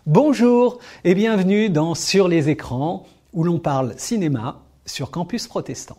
Bonjour et bienvenue dans Sur les écrans, où l'on parle cinéma sur Campus Protestant.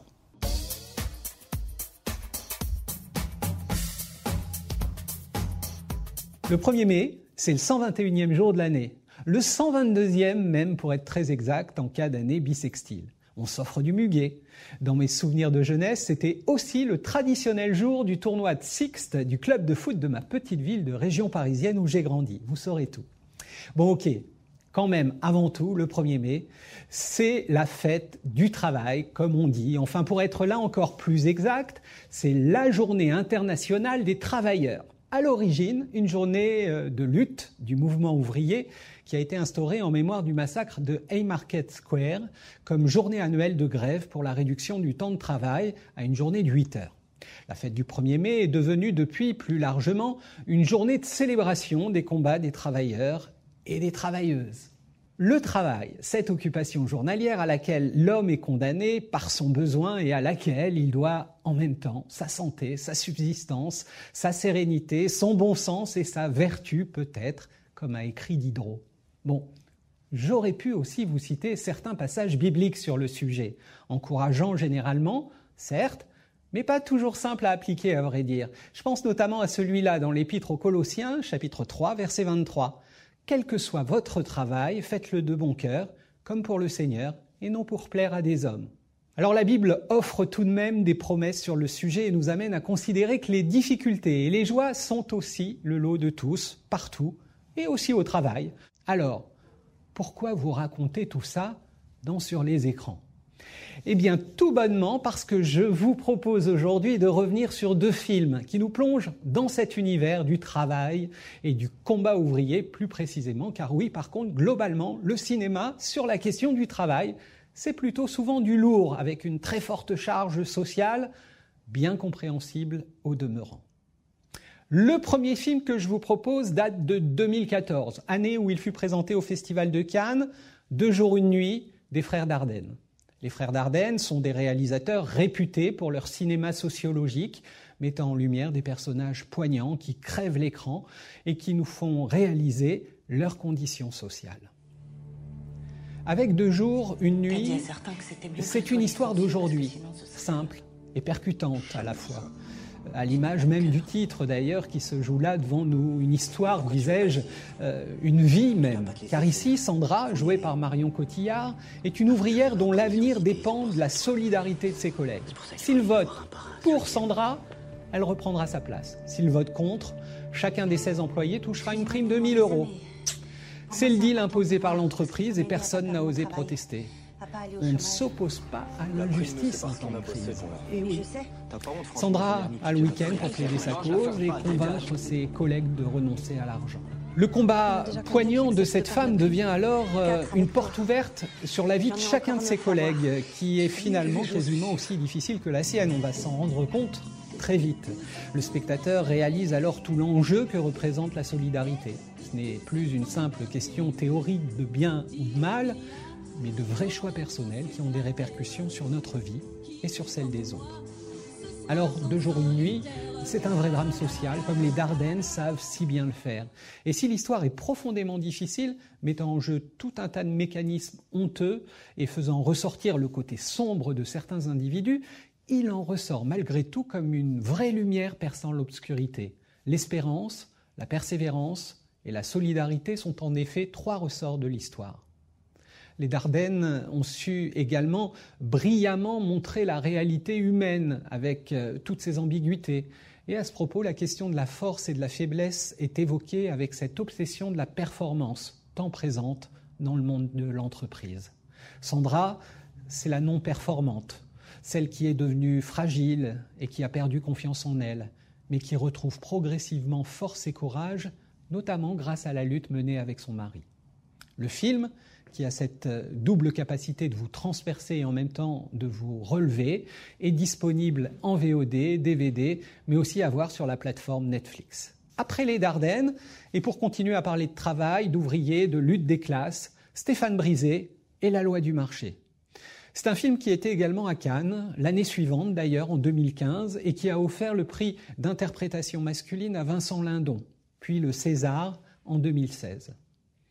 Le 1er mai, c'est le 121e jour de l'année. Le 122e même pour être très exact en cas d'année bissextile. On s'offre du muguet. Dans mes souvenirs de jeunesse, c'était aussi le traditionnel jour du tournoi de Sixte du club de foot de ma petite ville de région parisienne où j'ai grandi. Vous saurez tout. Bon ok, quand même, avant tout, le 1er mai, c'est la fête du travail, comme on dit. Enfin, pour être là encore plus exact, c'est la journée internationale des travailleurs. À l'origine, une journée de lutte du mouvement ouvrier qui a été instaurée en mémoire du massacre de Haymarket Square comme journée annuelle de grève pour la réduction du temps de travail à une journée de 8 heures. La fête du 1er mai est devenue depuis plus largement une journée de célébration des combats des travailleurs et des travailleuses. Le travail, cette occupation journalière à laquelle l'homme est condamné par son besoin et à laquelle il doit en même temps sa santé, sa subsistance, sa sérénité, son bon sens et sa vertu peut-être, comme a écrit Diderot. Bon, j'aurais pu aussi vous citer certains passages bibliques sur le sujet, encourageant généralement, certes, mais pas toujours simple à appliquer à vrai dire. Je pense notamment à celui-là dans l'Épître aux Colossiens, chapitre 3, verset 23. Quel que soit votre travail, faites-le de bon cœur, comme pour le Seigneur, et non pour plaire à des hommes. Alors la Bible offre tout de même des promesses sur le sujet et nous amène à considérer que les difficultés et les joies sont aussi le lot de tous, partout, et aussi au travail. Alors, pourquoi vous raconter tout ça Sur les écrans ? Eh bien, tout bonnement parce que je vous propose aujourd'hui de revenir sur 2 films qui nous plongent dans cet univers du travail et du combat ouvrier plus précisément, car oui, par contre, globalement, le cinéma sur la question du travail, c'est plutôt souvent du lourd, avec une très forte charge sociale, bien compréhensible au demeurant. Le premier film que je vous propose date de 2014, année où il fut présenté au Festival de Cannes, 2 jours, 1 nuit, des frères Dardenne. Les frères Dardenne sont des réalisateurs réputés pour leur cinéma sociologique, mettant en lumière des personnages poignants qui crèvent l'écran et qui nous font réaliser leurs conditions sociales. Avec 2 jours, 1 nuit, c'est une histoire d'aujourd'hui, simple et percutante à la fois. À l'image même du titre d'ailleurs qui se joue là devant nous, une histoire, disais-je, une vie même. Car ici, Sandra, jouée par Marion Cotillard, est une ouvrière dont l'avenir dépend de la solidarité de ses collègues. S'il vote pour Sandra, elle reprendra sa place. S'il vote contre, chacun des 16 employés touchera une prime de 1 000 €. C'est le deal imposé par l'entreprise et personne n'a osé protester. On ne s'oppose pas à l'injustice en temps de crise. Et oui. Sandra a le week-end pour plaider sa cause et convaincre ses collègues de renoncer à l'argent. Le combat poignant de cette femme devient alors une porte ouverte sur la vie de chacun de ses collègues, qui est finalement quasiment aussi difficile que la sienne. On va s'en rendre compte très vite. Le spectateur réalise alors tout l'enjeu que représente la solidarité. Ce n'est plus une simple question théorique de bien ou de mal, mais de vrais choix personnels qui ont des répercussions sur notre vie et sur celle des autres. Alors, 2 jours, 1 nuit, c'est un vrai drame social, comme les Dardenne savent si bien le faire. Et si l'histoire est profondément difficile, mettant en jeu tout un tas de mécanismes honteux et faisant ressortir le côté sombre de certains individus, il en ressort malgré tout comme une vraie lumière perçant l'obscurité. L'espérance, la persévérance et la solidarité sont en effet 3 ressorts de l'histoire. Les Dardenne ont su également brillamment montrer la réalité humaine avec toutes ses ambiguïtés. Et à ce propos, la question de la force et de la faiblesse est évoquée avec cette obsession de la performance, tant présente dans le monde de l'entreprise. Sandra, c'est la non-performante, celle qui est devenue fragile et qui a perdu confiance en elle, mais qui retrouve progressivement force et courage, notamment grâce à la lutte menée avec son mari. Le film, qui a cette double capacité de vous transpercer et en même temps de vous relever, est disponible en VOD, DVD, mais aussi à voir sur la plateforme Netflix. Après les Dardenne, et pour continuer à parler de travail, d'ouvriers, de lutte des classes, Stéphane Brisé et La loi du marché. C'est un film qui était également à Cannes, l'année suivante d'ailleurs, en 2015, et qui a offert le prix d'interprétation masculine à Vincent Lindon, puis le César en 2016.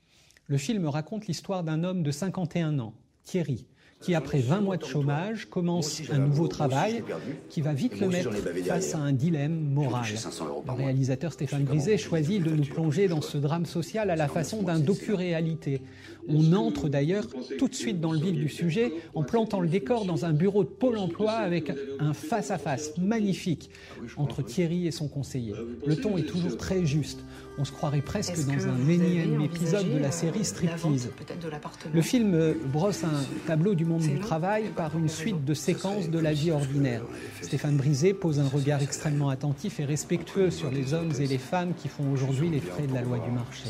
Le film raconte l'histoire d'un homme de 51 ans, Thierry, qui après 20 mois de chômage commence un nouveau travail qui va vite le mettre face à un dilemme moral. Le réalisateur Stéphane Brisé choisit de nous plonger dans ce drame social à la façon d'un docu-réalité. On entre d'ailleurs tout de suite dans le vif du sujet en plantant le décor dans un bureau de Pôle emploi avec un face-à-face magnifique entre Thierry et son conseiller. Le ton est toujours très juste. On se croirait presque dans un énième épisode de la série Striptease. Le film brosse un tableau du monde du travail par une suite de séquences de la vie ordinaire. Stéphane Brisé pose un regard extrêmement attentif et respectueux sur les hommes et les femmes qui font aujourd'hui les frais de la loi du marché.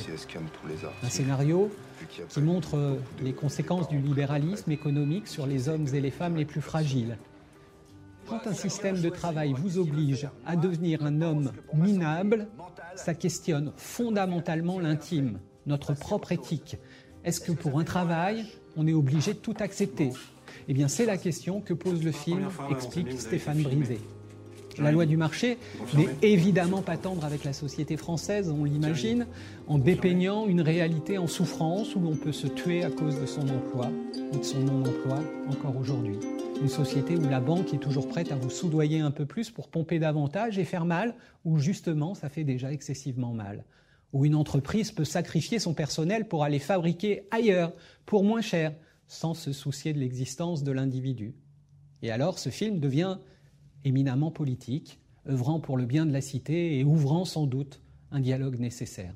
Un scénario qui montre les conséquences du libéralisme économique sur les hommes et les femmes les plus fragiles. Quand un système de travail vous oblige à devenir un homme minable, ça questionne fondamentalement l'intime, notre propre éthique. Est-ce que pour un travail, on est obligé de tout accepter? Eh bien, c'est la question que pose le film, explique Stéphane Brisé. La loi du marché n'est évidemment pas tendre avec la société française, on l'imagine, en dépeignant une réalité en souffrance où l'on peut se tuer à cause de son emploi ou de son non-emploi encore aujourd'hui. Une société où la banque est toujours prête à vous soudoyer un peu plus pour pomper davantage et faire mal, où justement ça fait déjà excessivement mal. Où une entreprise peut sacrifier son personnel pour aller fabriquer ailleurs, pour moins cher, sans se soucier de l'existence de l'individu. Et alors ce film devient éminemment politique, œuvrant pour le bien de la cité et ouvrant sans doute un dialogue nécessaire.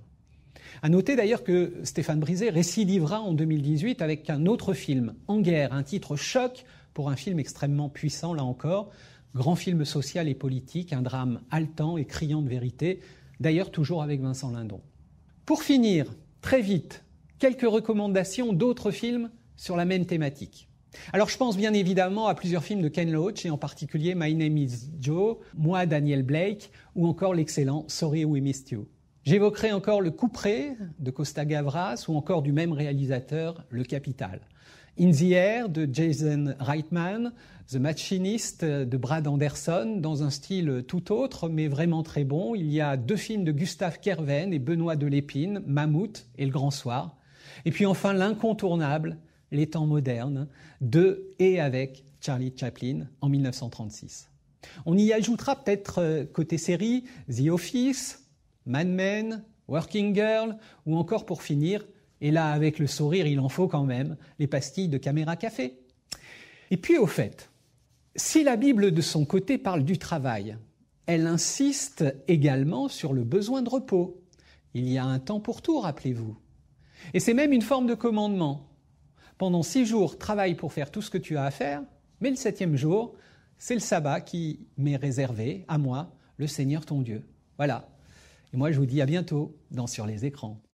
À noter d'ailleurs que Stéphane Brisé récidivera en 2018 avec un autre film, En guerre, un titre choc pour un film extrêmement puissant là encore, grand film social et politique, un drame haletant et criant de vérité, d'ailleurs toujours avec Vincent Lindon. Pour finir, très vite, quelques recommandations d'autres films sur la même thématique. Alors je pense bien évidemment à plusieurs films de Ken Loach et en particulier My Name is Joe, Moi Daniel Blake ou encore l'excellent Sorry We Missed You. J'évoquerai encore Le Couperet de Costa Gavras ou encore du même réalisateur Le Capital. In the Air de Jason Reitman, The Machinist de Brad Anderson, dans un style tout autre mais vraiment très bon. Il y a 2 films de Gustave Kerven et Benoît Delépine, Mammouth et Le Grand Soir. Et puis enfin l'incontournable Les Temps modernes de et avec Charlie Chaplin en 1936. On y ajoutera peut-être côté série The Office, Mad Men, Working Girl ou encore pour finir, et là avec le sourire il en faut quand même, les pastilles de Caméra Café. Et puis au fait, si la Bible de son côté parle du travail, elle insiste également sur le besoin de repos. Il y a un temps pour tout, rappelez-vous. Et c'est même une forme de commandement. Pendant 6 jours, travaille pour faire tout ce que tu as à faire, mais le 7e jour, c'est le sabbat qui m'est réservé à moi, le Seigneur ton Dieu. Voilà. Et moi, je vous dis à bientôt dans Sur les écrans.